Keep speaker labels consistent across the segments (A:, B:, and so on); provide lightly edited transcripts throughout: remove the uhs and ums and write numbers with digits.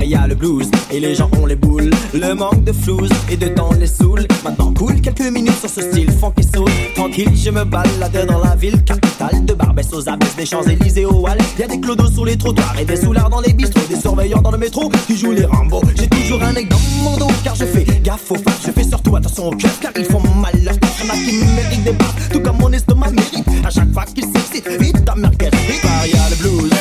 A: y a le blues et les gens ont les boules. Le manque de flouze et de temps les saoule. Maintenant cool quelques minutes sur ce style funky soul. Tranquille je me balade dans la ville capitale. De Barbès aux Abbesses, des Champs-Élysées aux Halles. Y'a des clodos sur les trottoirs et des soulards dans les bistrots. Des surveillants dans le métro qui jouent les Rambo. J'ai toujours un œil dans mon dos car je fais gaffe aux femmes. Je fais surtout attention aux keufs car ils font mal leur tâche. Y'en a qui méritent des baffes, tout comme mon estomac mérite. À chaque fois qu'ils s'excitent, vite ta merguez, vite. Car y'a le blues.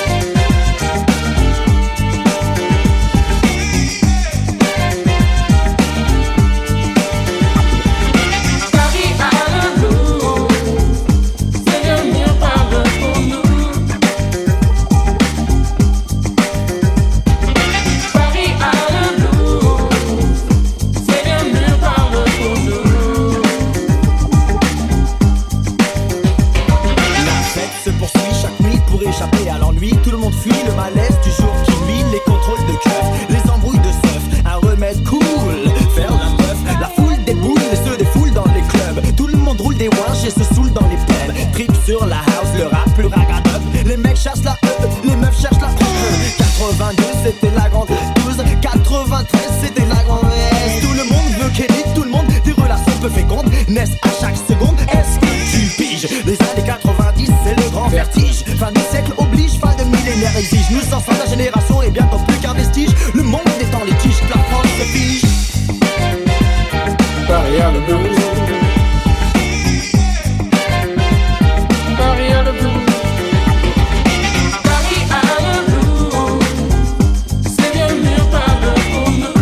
A: Échapper à l'ennui, tout le monde fuit le malaise du jour qui nuit, les contrôles de keufs, les embrouilles de seuf, un remède cool, faire la meuf, la foule déboule et se défoule dans les clubs, tout le monde roule des wanches et se saoule dans les pubs, trip sur la house, le rap, le ragamuffin, les mecs chassent la les meufs cherchent la 82 c'était la grande 12, 93 c'était la grande S, tout le monde veut Kelly, tout le monde, des relations peu fécondes, naissent à chaque seconde, est-ce que tu piges, les années 90 c'est le grand vertige, fin du siècle oblige, fin de millénaire exige. Nous en sommes la génération et bientôt plus qu'un vestige. Le monde est en litige, la France se fige. Paris a le blues. Paris a le blues. Paris a le blues. C'est bien mieux par le pour nous.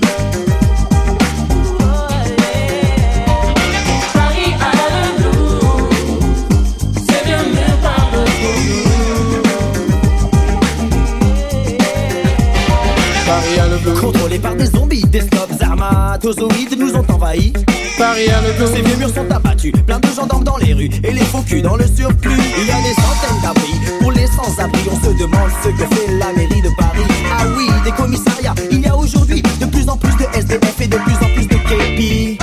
A: Paris a le blues. C'est bien mieux par le pour nous. Contrôlés par des zombies, des snobs armatozoïdes nous ont envahis. Paris a le blues. Ces vieux murs sont abattus, plein de gens dorment dans les rues et les faux culs dans le surplus. Il y a des centaines d'abris pour les sans-abri. On se demande ce que fait la mairie de Paris. Ah oui, des commissariats. Il y a aujourd'hui de plus en plus de SDF et de plus en plus de képi.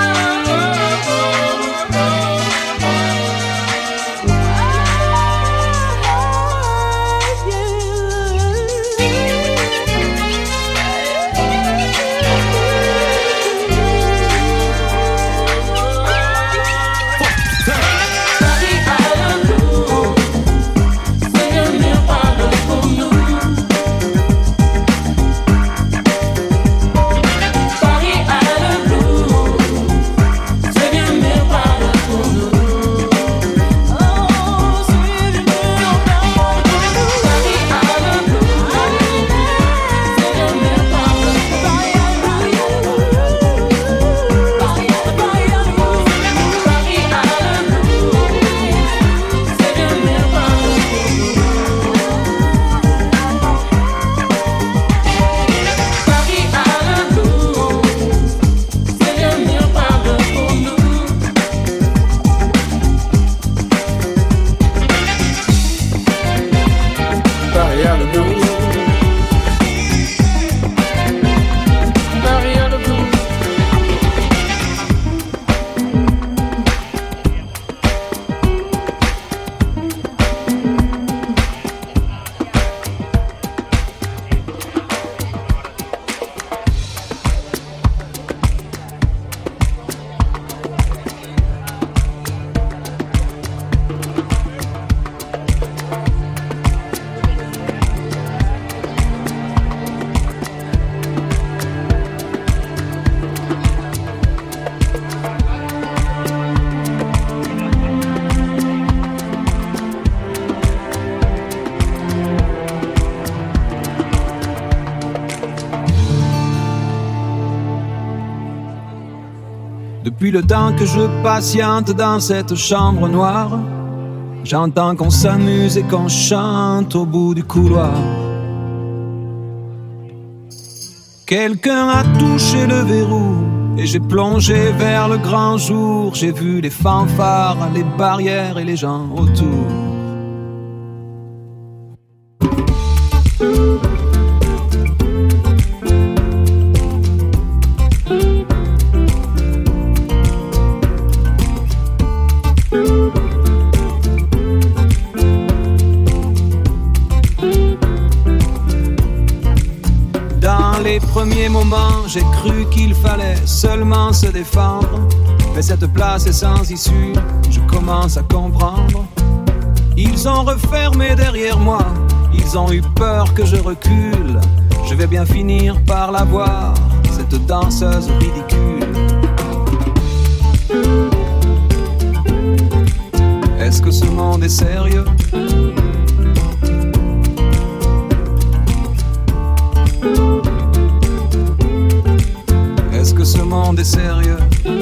B: Depuis le temps que je patiente dans cette chambre noire, j'entends qu'on s'amuse et qu'on chante au bout du couloir. Quelqu'un a touché le verrou et j'ai plongé vers le grand jour. J'ai vu les fanfares, les barrières et les gens autour. dernier moment, j'ai cru qu'il fallait seulement se défendre. Mais cette place est sans issue, je commence à comprendre. Ils ont refermé derrière moi, ils ont eu peur que je recule. Je vais bien finir par la voir, cette danseuse ridicule. Est-ce que ce monde est sérieux? Est-ce que ce monde est sérieux?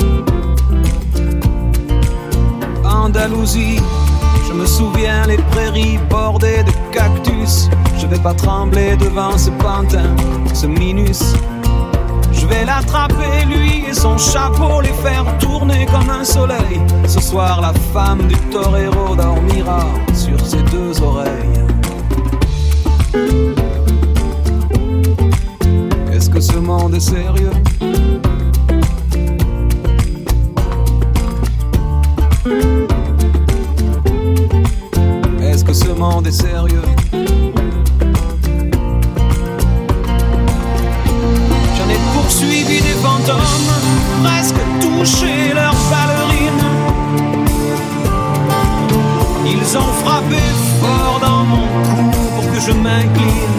B: Andalousie, je me souviens les prairies bordées de cactus. Je vais pas trembler devant ce pantin, ce minus. Je vais l'attraper lui et son chapeau, les faire tourner comme un soleil. Ce soir la femme du torero dormira sur ses deux oreilles. Est-ce que ce monde est sérieux? Est-ce que ce monde est sérieux? J'en ai poursuivi des fantômes, presque touché leurs ballerines. Ils ont frappé fort dans mon cou pour que je m'incline.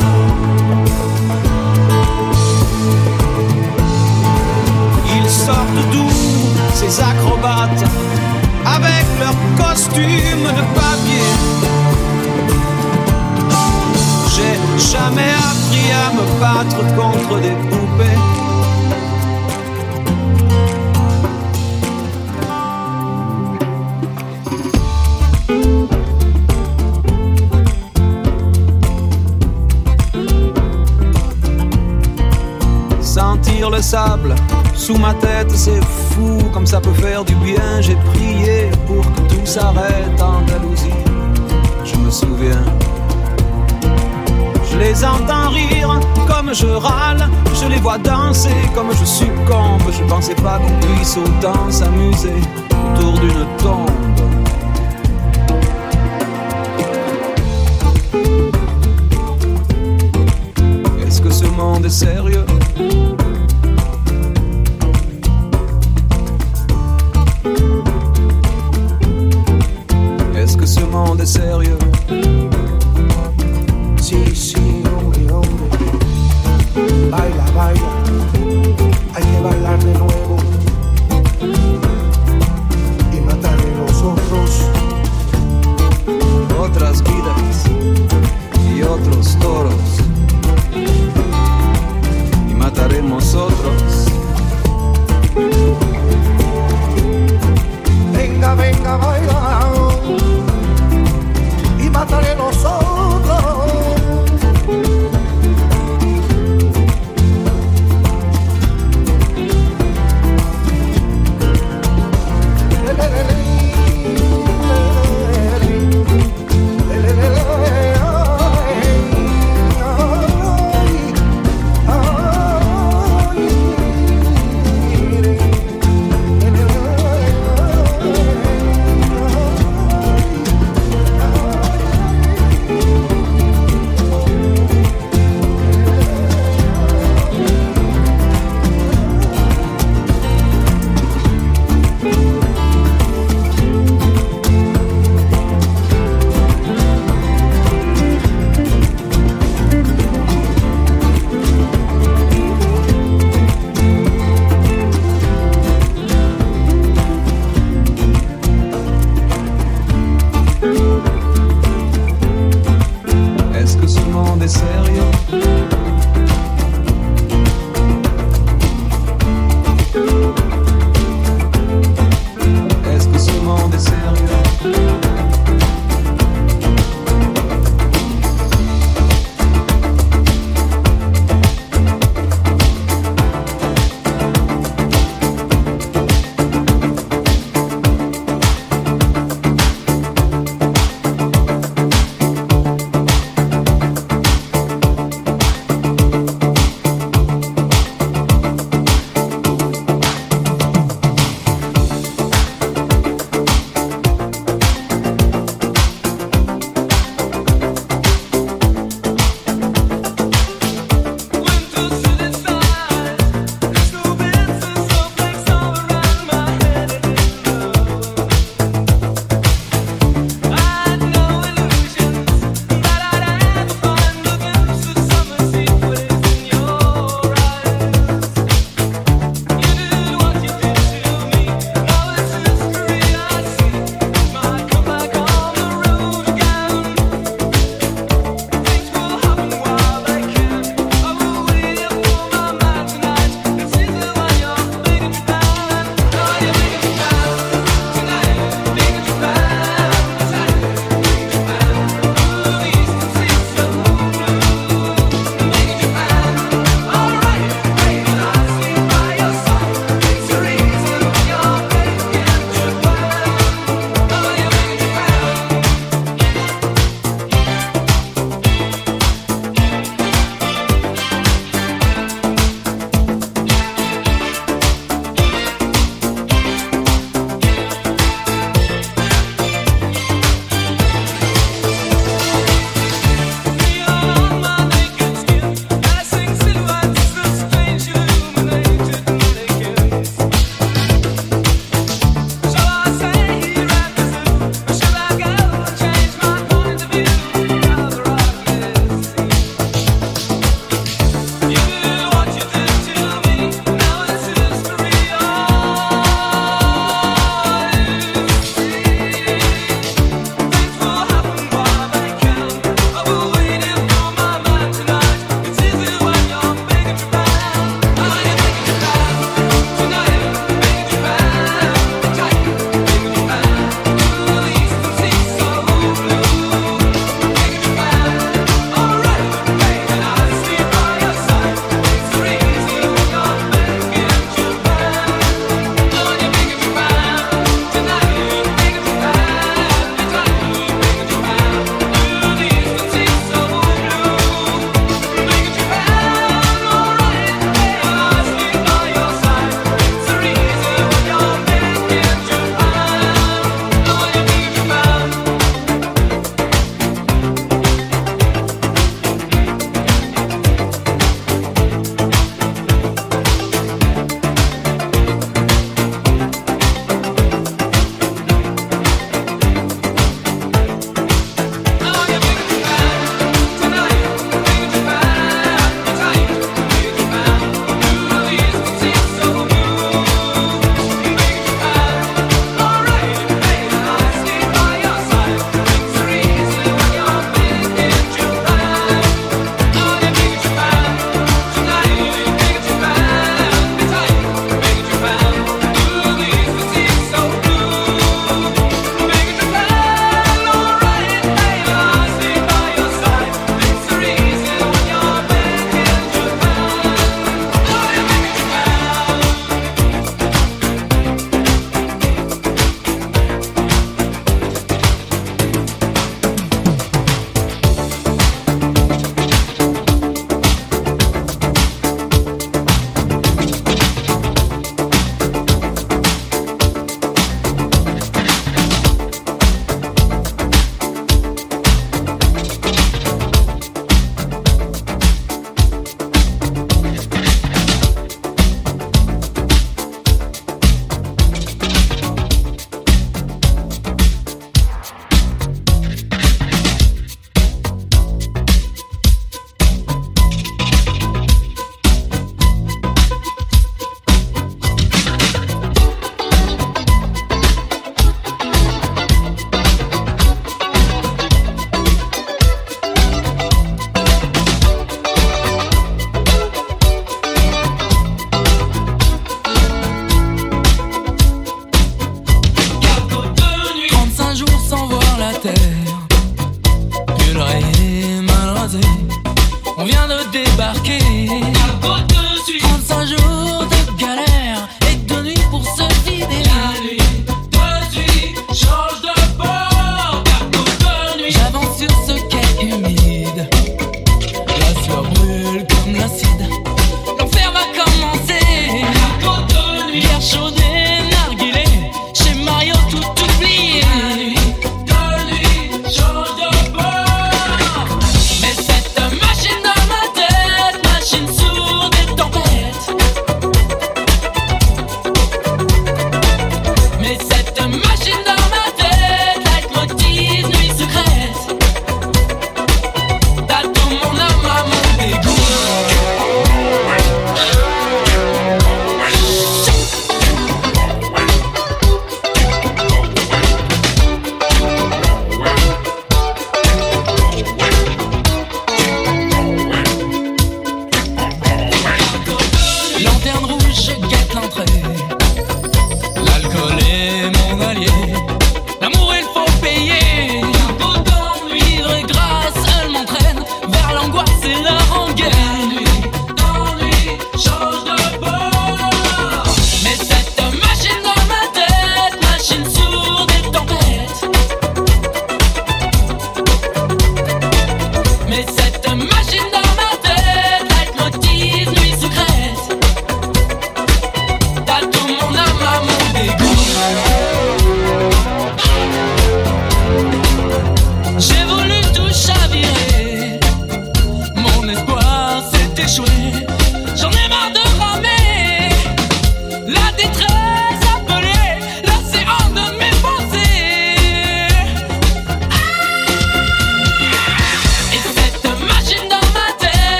B: Ils sortent d'où, ces acrobates, avec leurs costumes de papier. J'ai jamais appris à me battre contre des poupées. Sentir le sable sous ma tête, c'est fou, comme ça peut faire du bien. J'ai prié pour que tout s'arrête en Andalousie. Je me souviens, je les entends rire comme je râle, je les vois danser comme je succombe. Je pensais pas qu'on puisse autant s'amuser autour d'une tombe. Est-ce que ce monde est sérieux? Est-ce que ce monde est sérieux?
C: Sí, sí, hombre, hombre. Baila, baila. Hay que bailar de nuevo. Y mataré los otros.
B: Otras vidas y otros toros. Y mataremos otros.
C: Venga, venga, baila. Y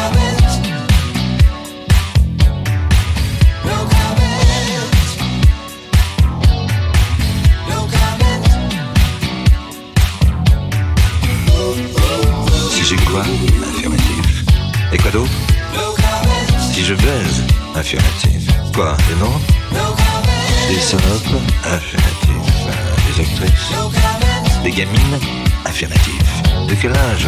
D: Si j'ai quoi? Affirmatif. Et quoi d'autre? Si je baise? Affirmatif. Quoi? Des noms? Des salopes? Affirmatif. Des actrices? Des gamines? Affirmatif. De quel âge?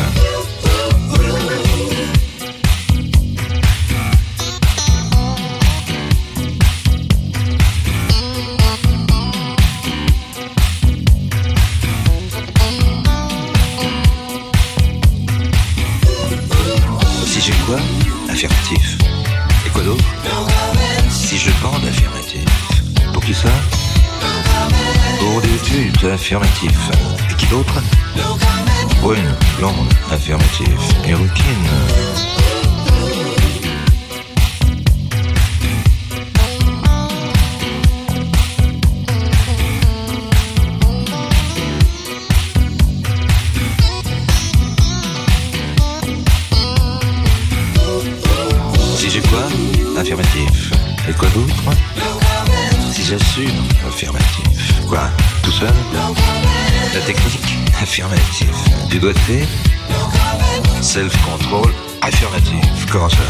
D: Si j'ai quoi? Affirmatif. Et quoi d'autre? Si je bande? Affirmatif. Pour qui ça? Pour des putes? Affirmatif. Et qui d'autre? Brune, blonde, affirmatif. Et rouquine. Si j'ai quoi? Affirmatif. Et quoi d'autre? Si j'assume? Affirmatif. Quoi? Tout seul? La technique? Affirmatif. Du doigté? Self-control? Affirmatif. Comment ça?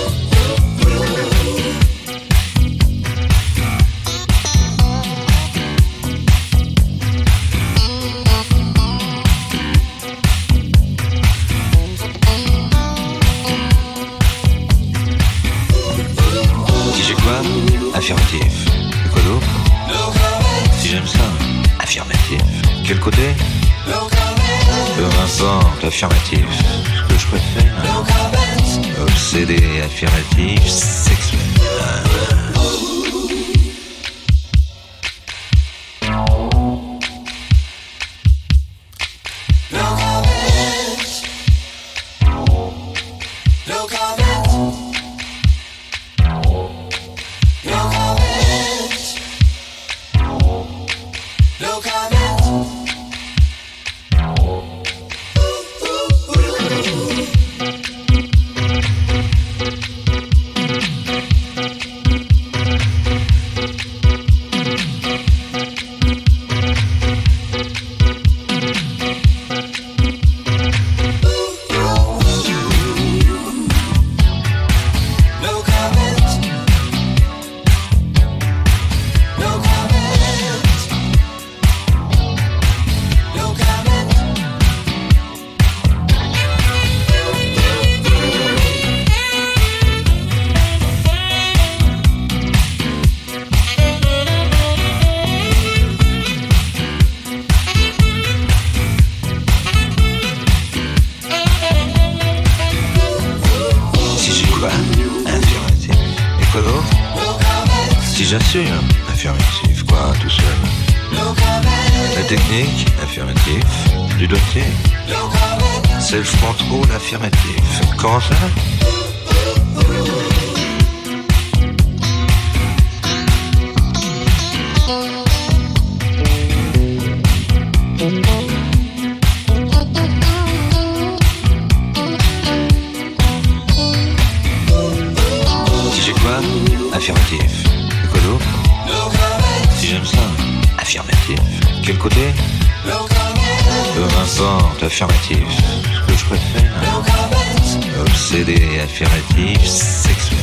D: Si j'ai quoi? Affirmatif. Et quoi d'autre? Si j'aime ça? Affirmatif. Quel côté? Peu importe, affirmatif. Ce que je préfère? Obsédé, affirmatif, sexuel. Si j'assure? Affirmatif. Quoi? Tout seul? La technique? Affirmatif. Du doigté? Self-control? Affirmatif. Comment ça? Si j'ai quoi? Affirmatif. Et quoi d'autre? Si j'aime ça? Affirmatif. Quel côté? Peu importe, affirmatif. Ce que je préfère? Obsédé, affirmatif, sexuel.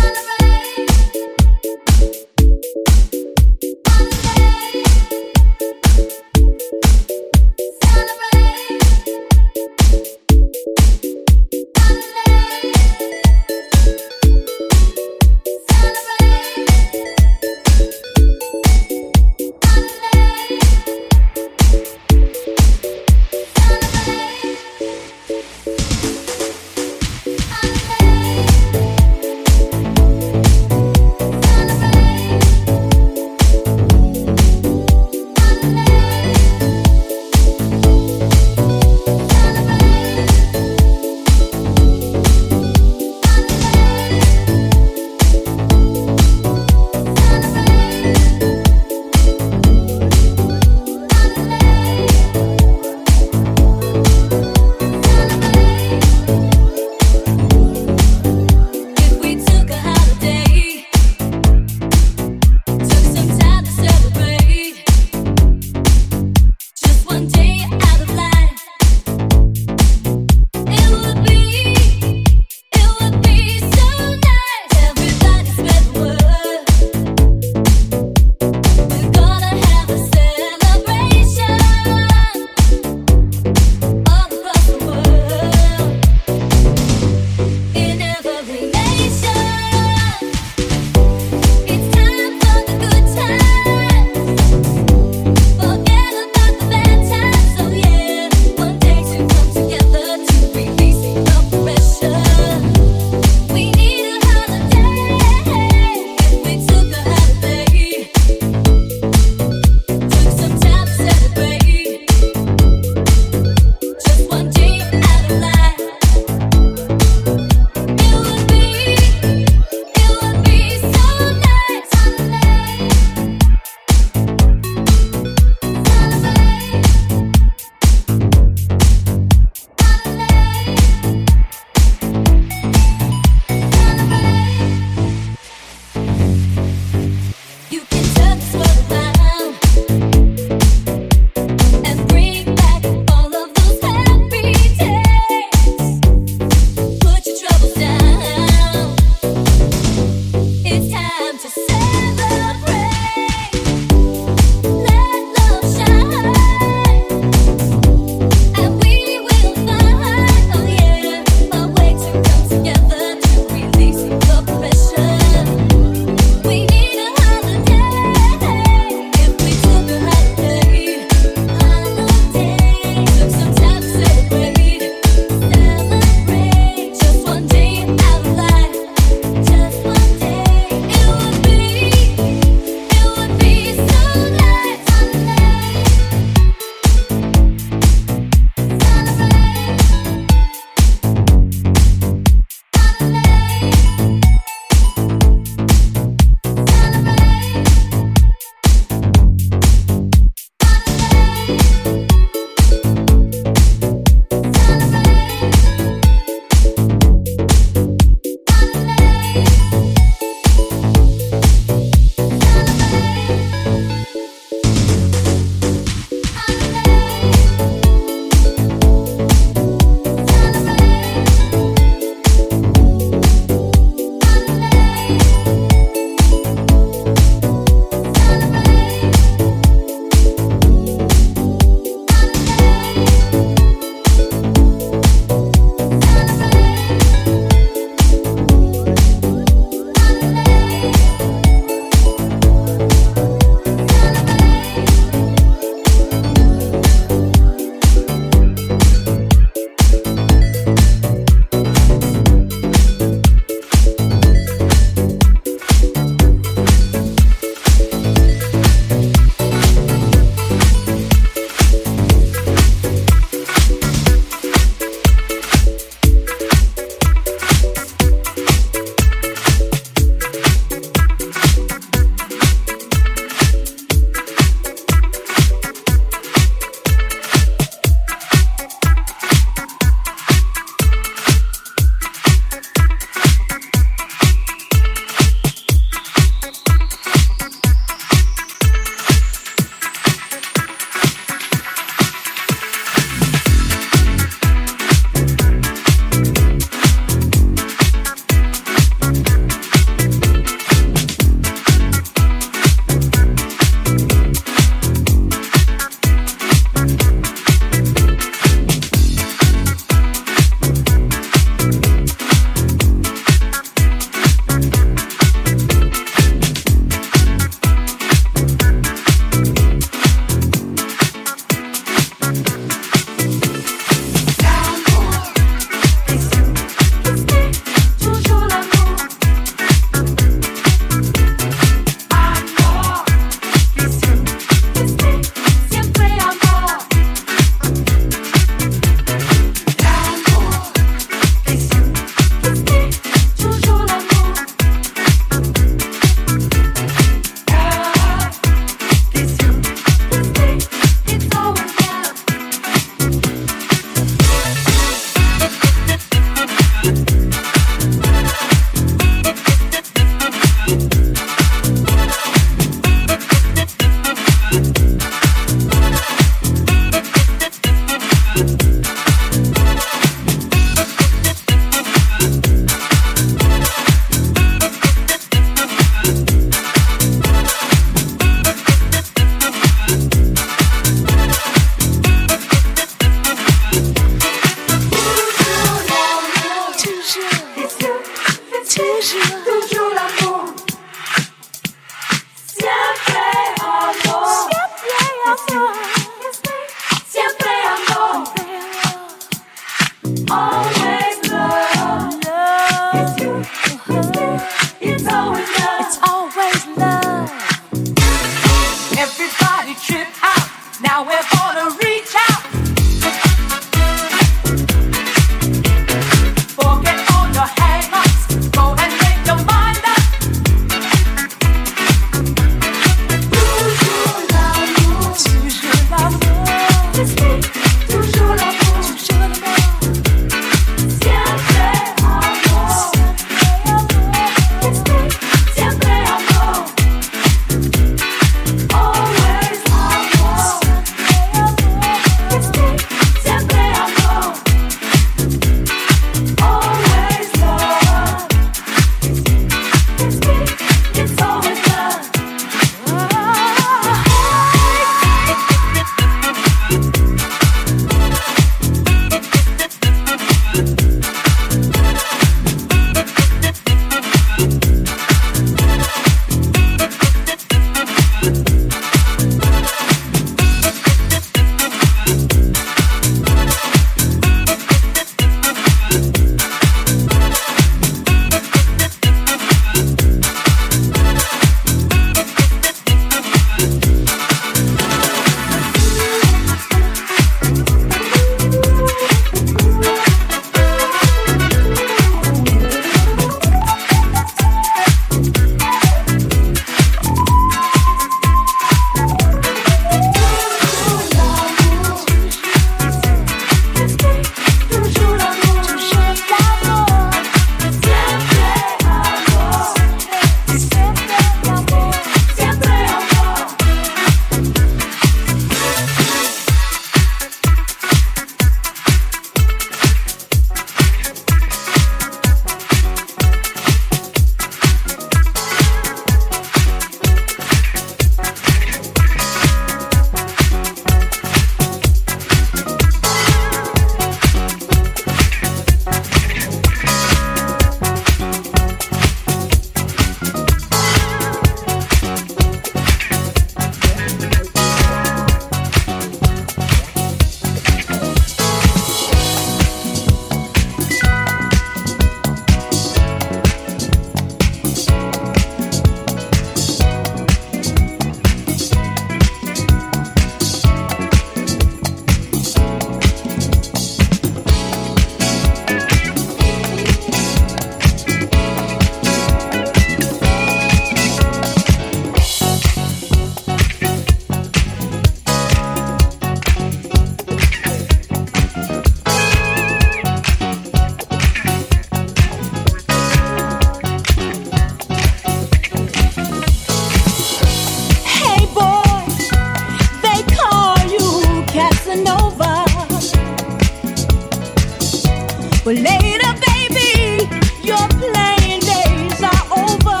E: But later, baby, your playing days are over.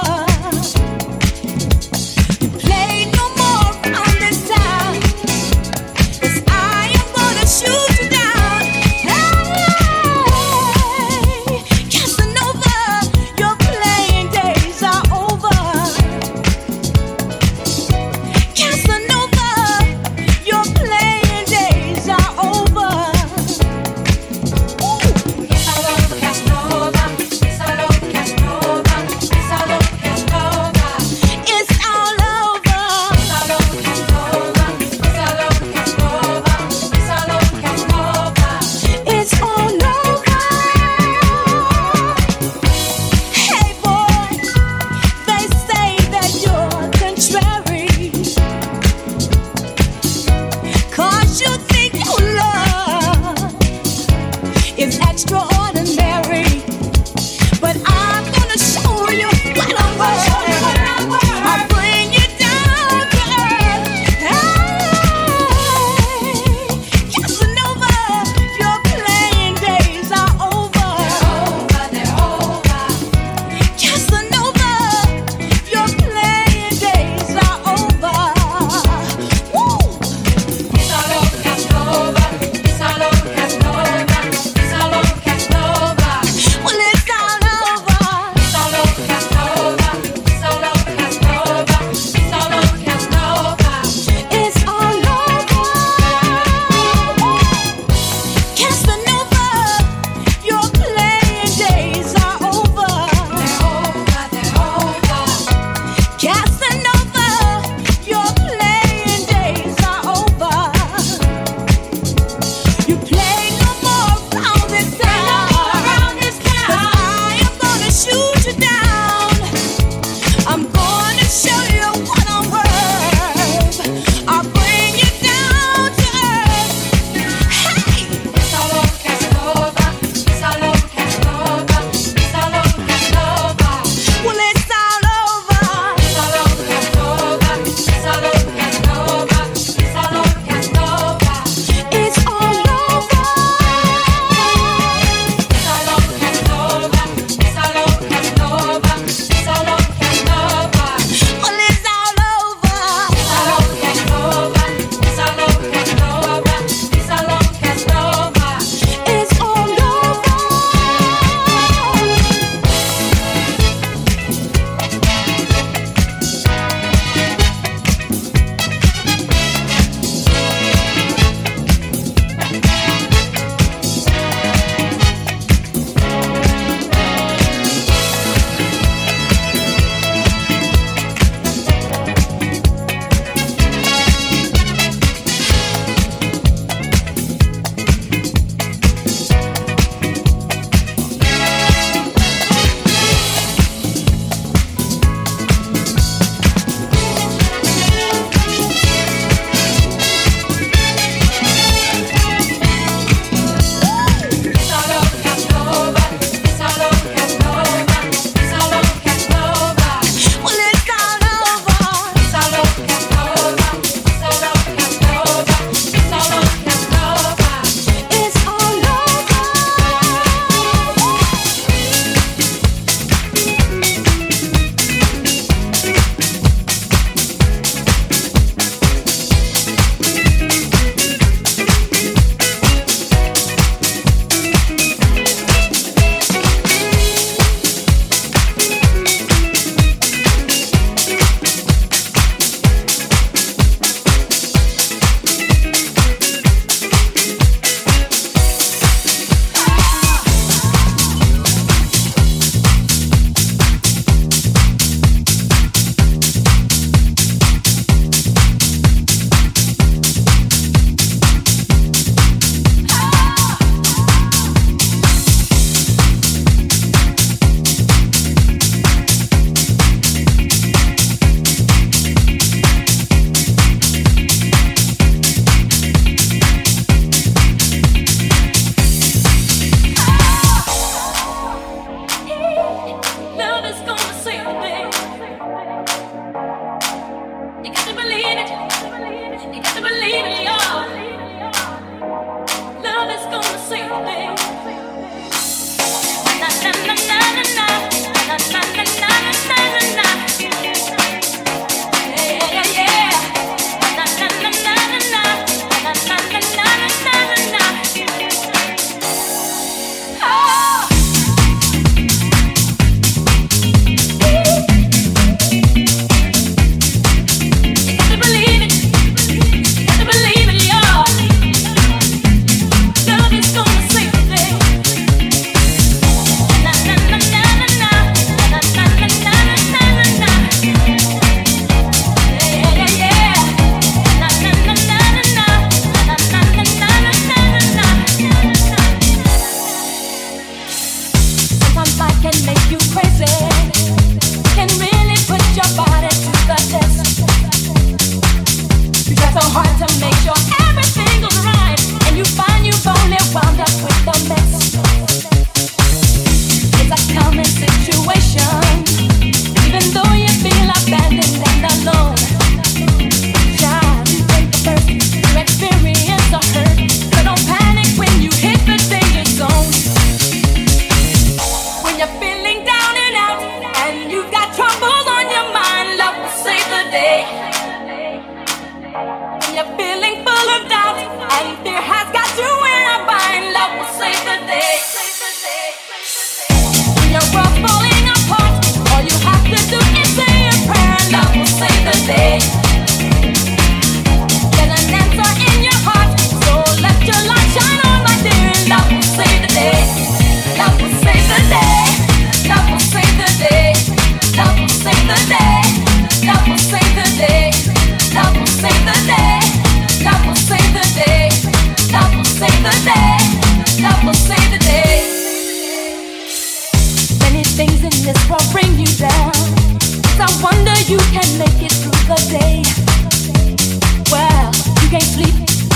E: You play no more on this town, 'cause I am gonna shoot you down. Hey, Casanova, your playing days are over. Casanova, your playing days are over. Extraordinary, but I'm gonna show you what I'm worth. I'll bring you down to earth. Hey, Casanova, your playing days are over. They're over. Casanova, your playing days are over. Woo! It's all over, Casanova. It's all over, Casanova. It's all over, Casanova.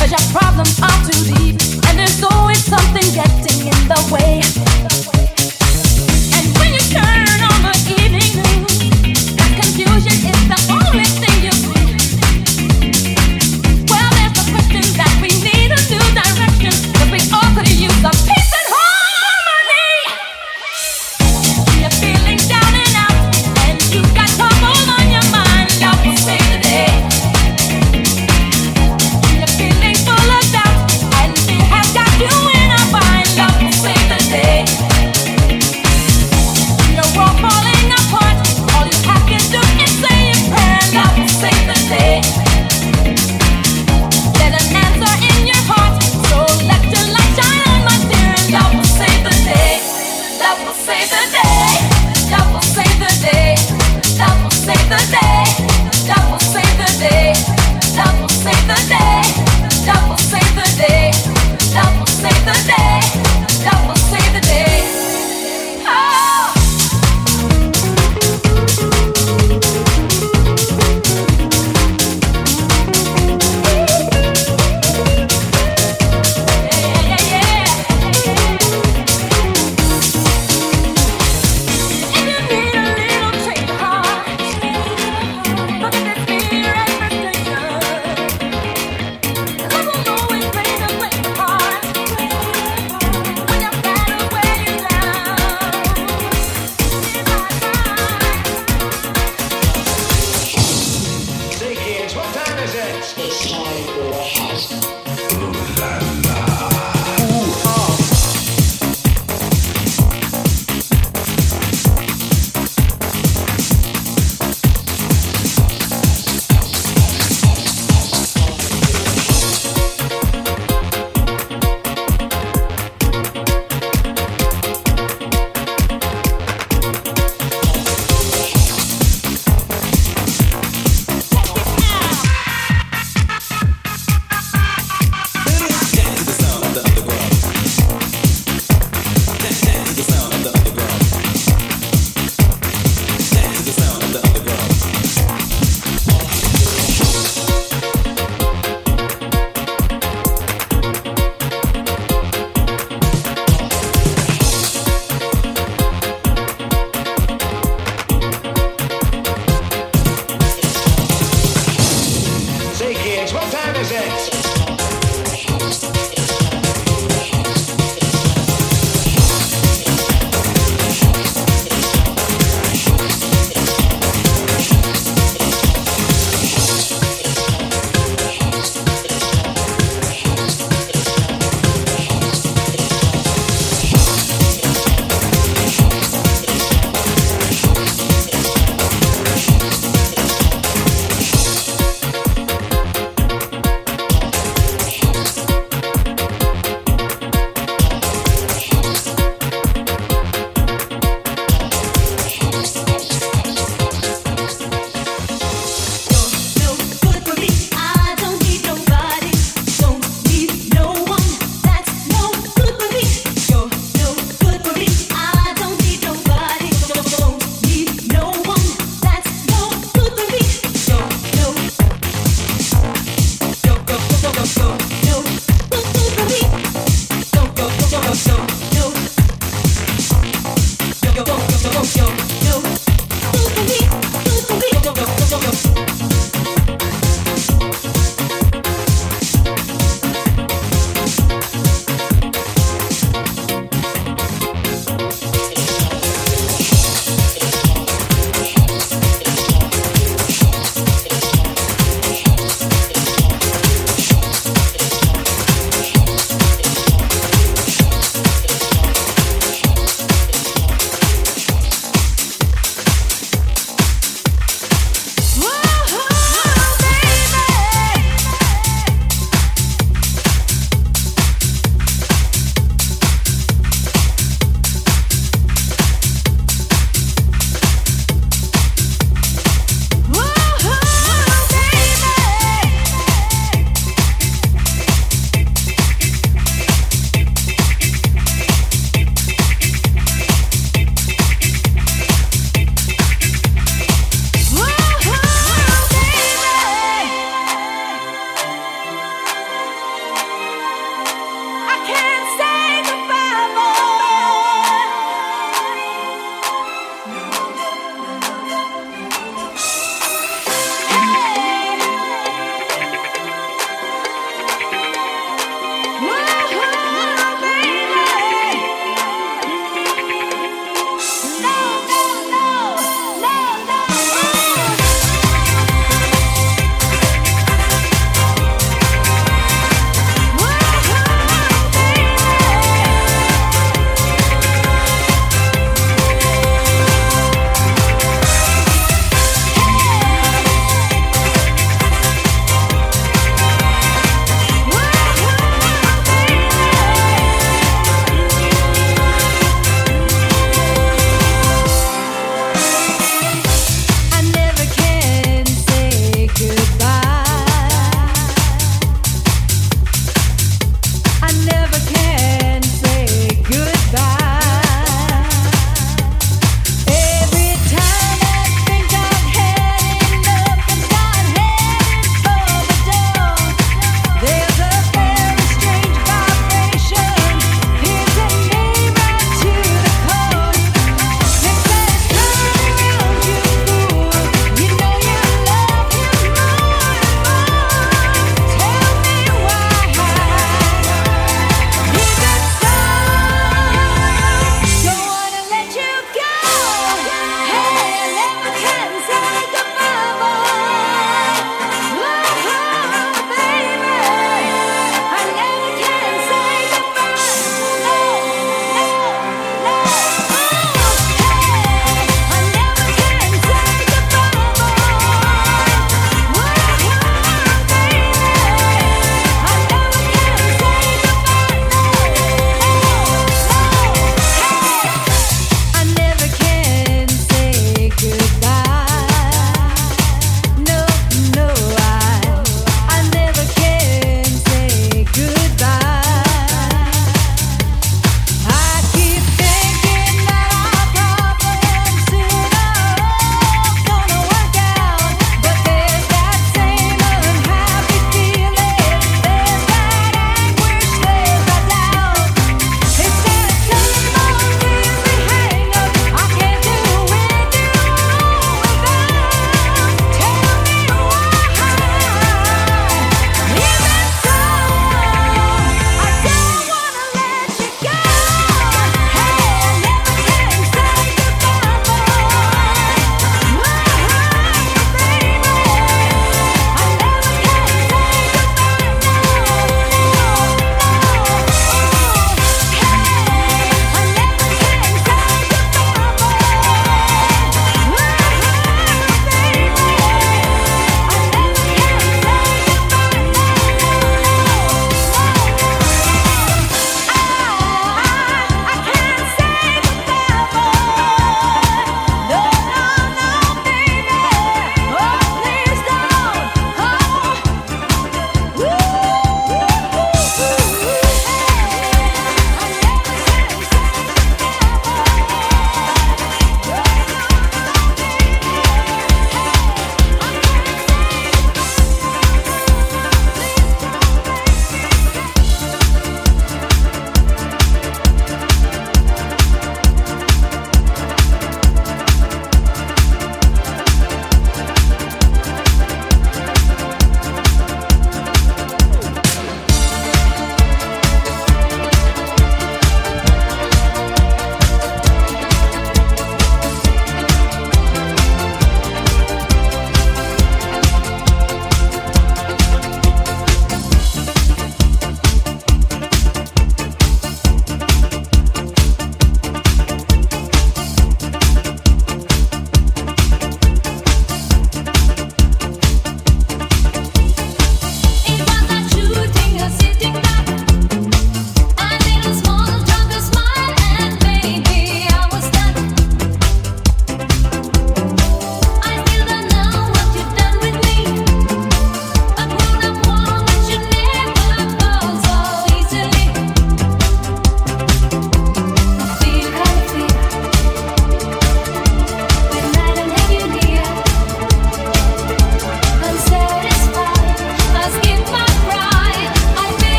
E: 'cause your problems are too deep, and there's always something getting in the way. And when you turn on the evening news, that confusion is the only thing you see. Well, there's the question that we need a new direction, 'cause we all could use some peace and harmony. You're feeling down and out, and you got trouble on your mind. Love will save the day. You're feeling full of doubt, and it has got you in a bind. Love will save the day.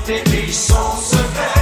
F: tes buissons secrets.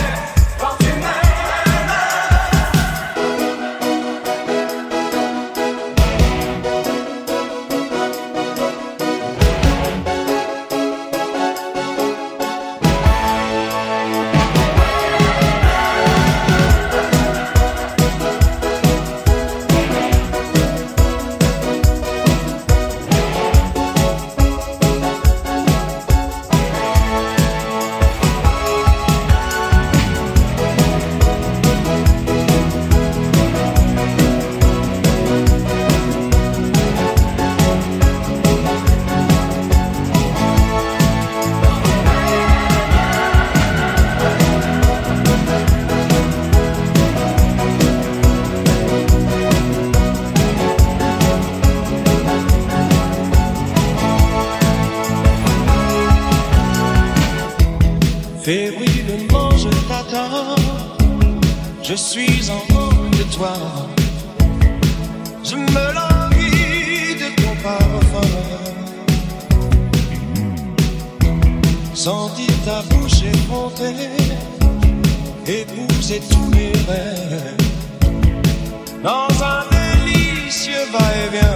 G: Fébrilement je t'attends, je suis en manque de toi. Je me languis de ton parfum, sentir ta bouche effrontée, épouser tous mes rêves, dans un délicieux va-et-vient.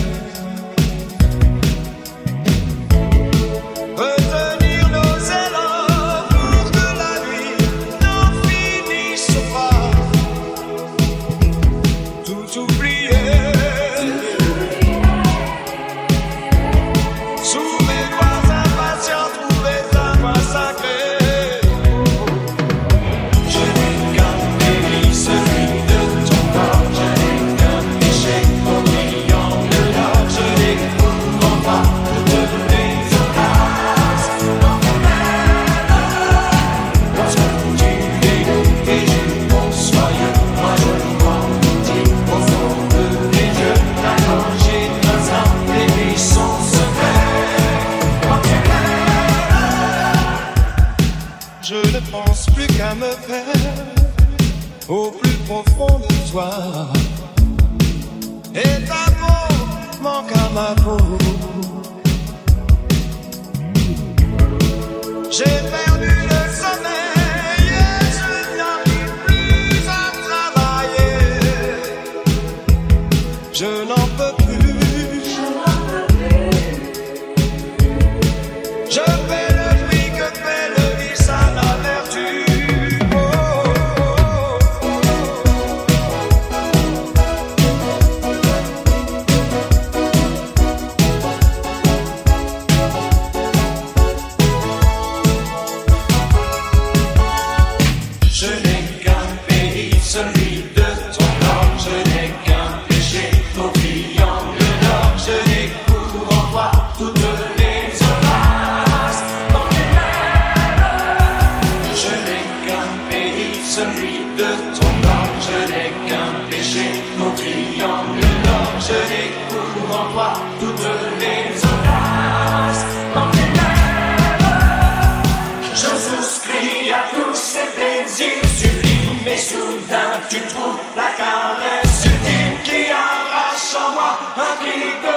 G: Me faire au plus profond de toi, et ta peau manque à ma peau. J'ai perdu le sommeil et je n'arrive plus à travailler. Je n'en peux plus. Je paie le prix que paie le vice à la vertu. Tu trouves la caresse ultime qui arrache en moi un cri de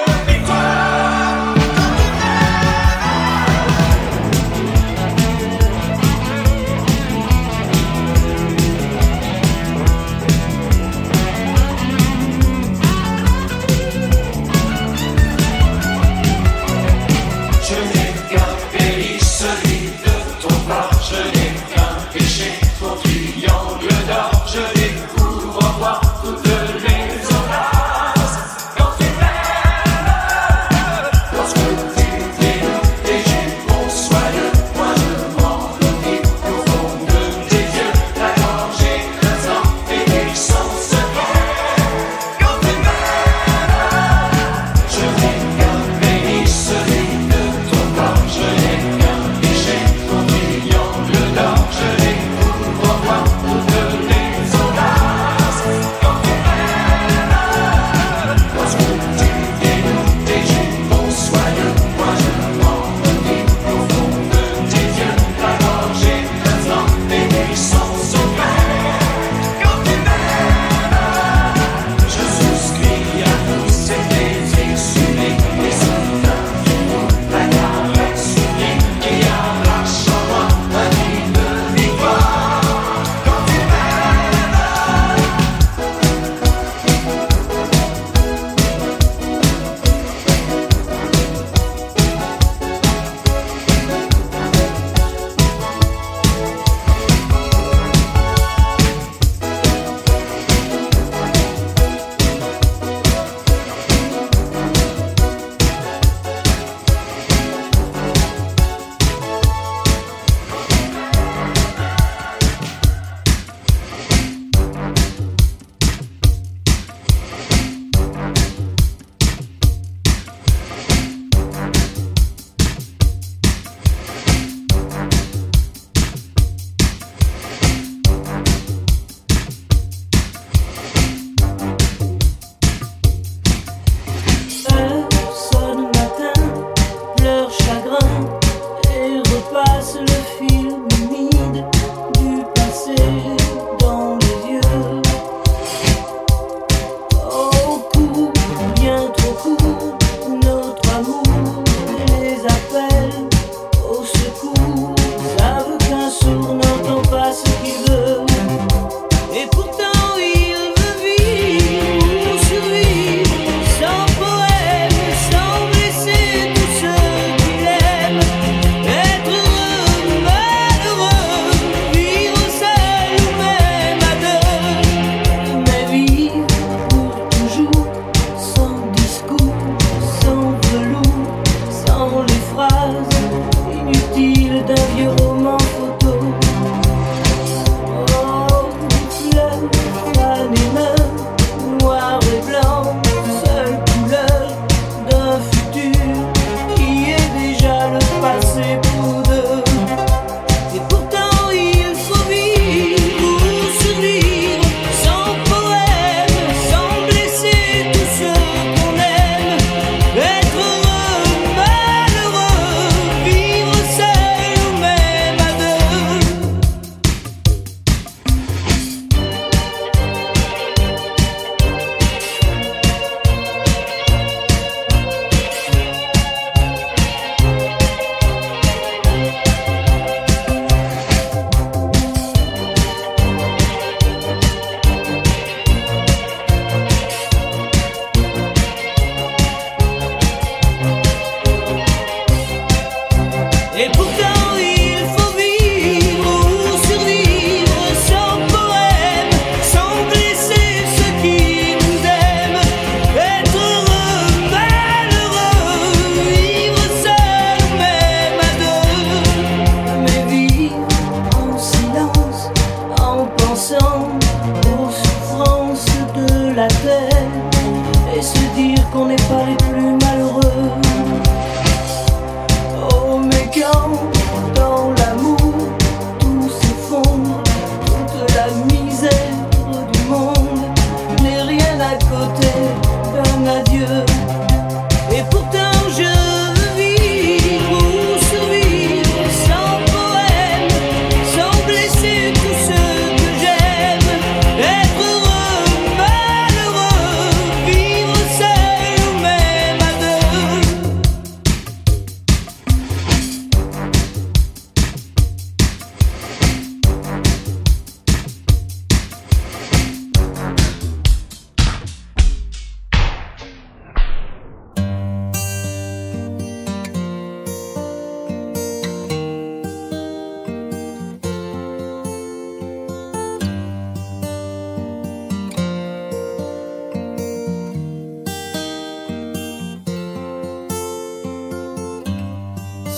G: Je n'ai qu'un pays, celui de ton corps. Je n'ai qu'un péché, ton triangle d'or. Je découvre en toi toutes les audaces. Quand tu m'aimes, lorsque tu dénoues tes jupons soyeux, moi je m'enveloppe au fond de tes yeux. La gorge écrasante et puissant secret. Quand tu m'aimes, je n'ai qu'un pays, celui de ton corps. Je n'ai qu'un péché, ton triangle d'or.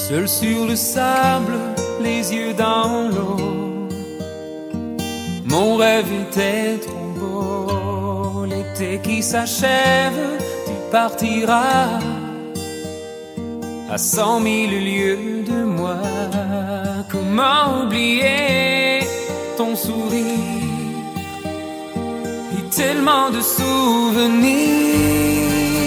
B: Seul sur le sable, les yeux dans l'eau, mon rêve était trop beau. L'été qui s'achève, tu partiras à 100 000 lieues de moi. Comment oublier ton sourire et tellement de souvenirs.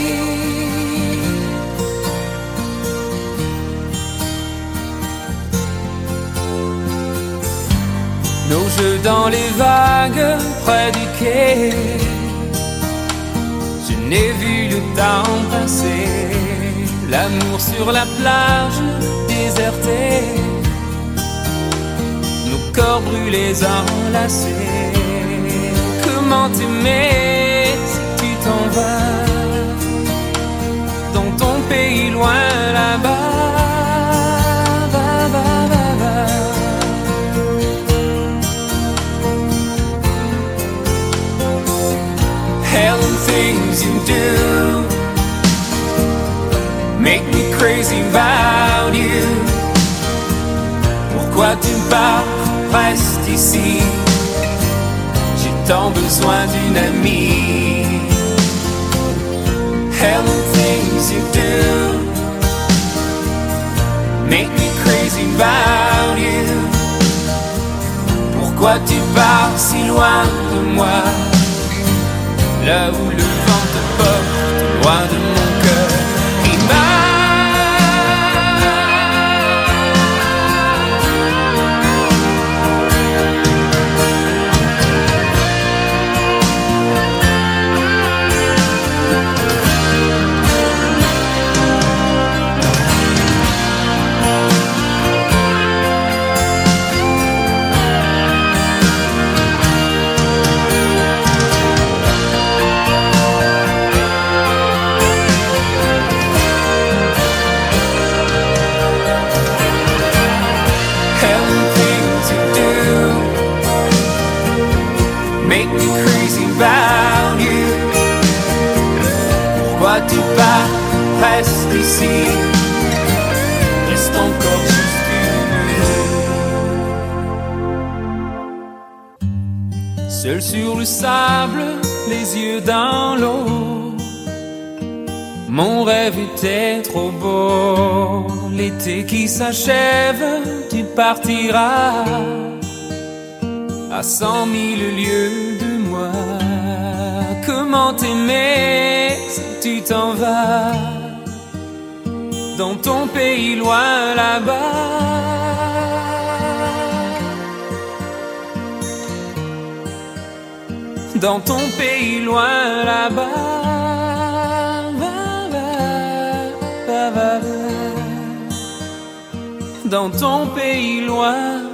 B: Nos jeux dans les vagues près du quai, je n'ai vu le temps passer. L'amour sur la plage désertée, nos corps brûlés enlacés. Comment t'aimer si tu t'en vas dans ton pays loin là-bas. Hell and things you do make me crazy about you. Pourquoi tu pars, reste ici. J'ai tant besoin d'une amie. Hell and things you do make me crazy about you. Pourquoi tu pars si loin de moi? Là où le vent te porte, loin de mon cœur qui bat. Tu pars, reste ici, reste encore juste une nuit. Seul sur le sable, les yeux dans l'eau, mon rêve était trop beau. L'été qui s'achève, tu partiras à 100 000 lieues de moi. Comment t'aimer si tu t'en vas dans ton pays loin là-bas. Dans ton pays loin là-bas. Dans ton pays loin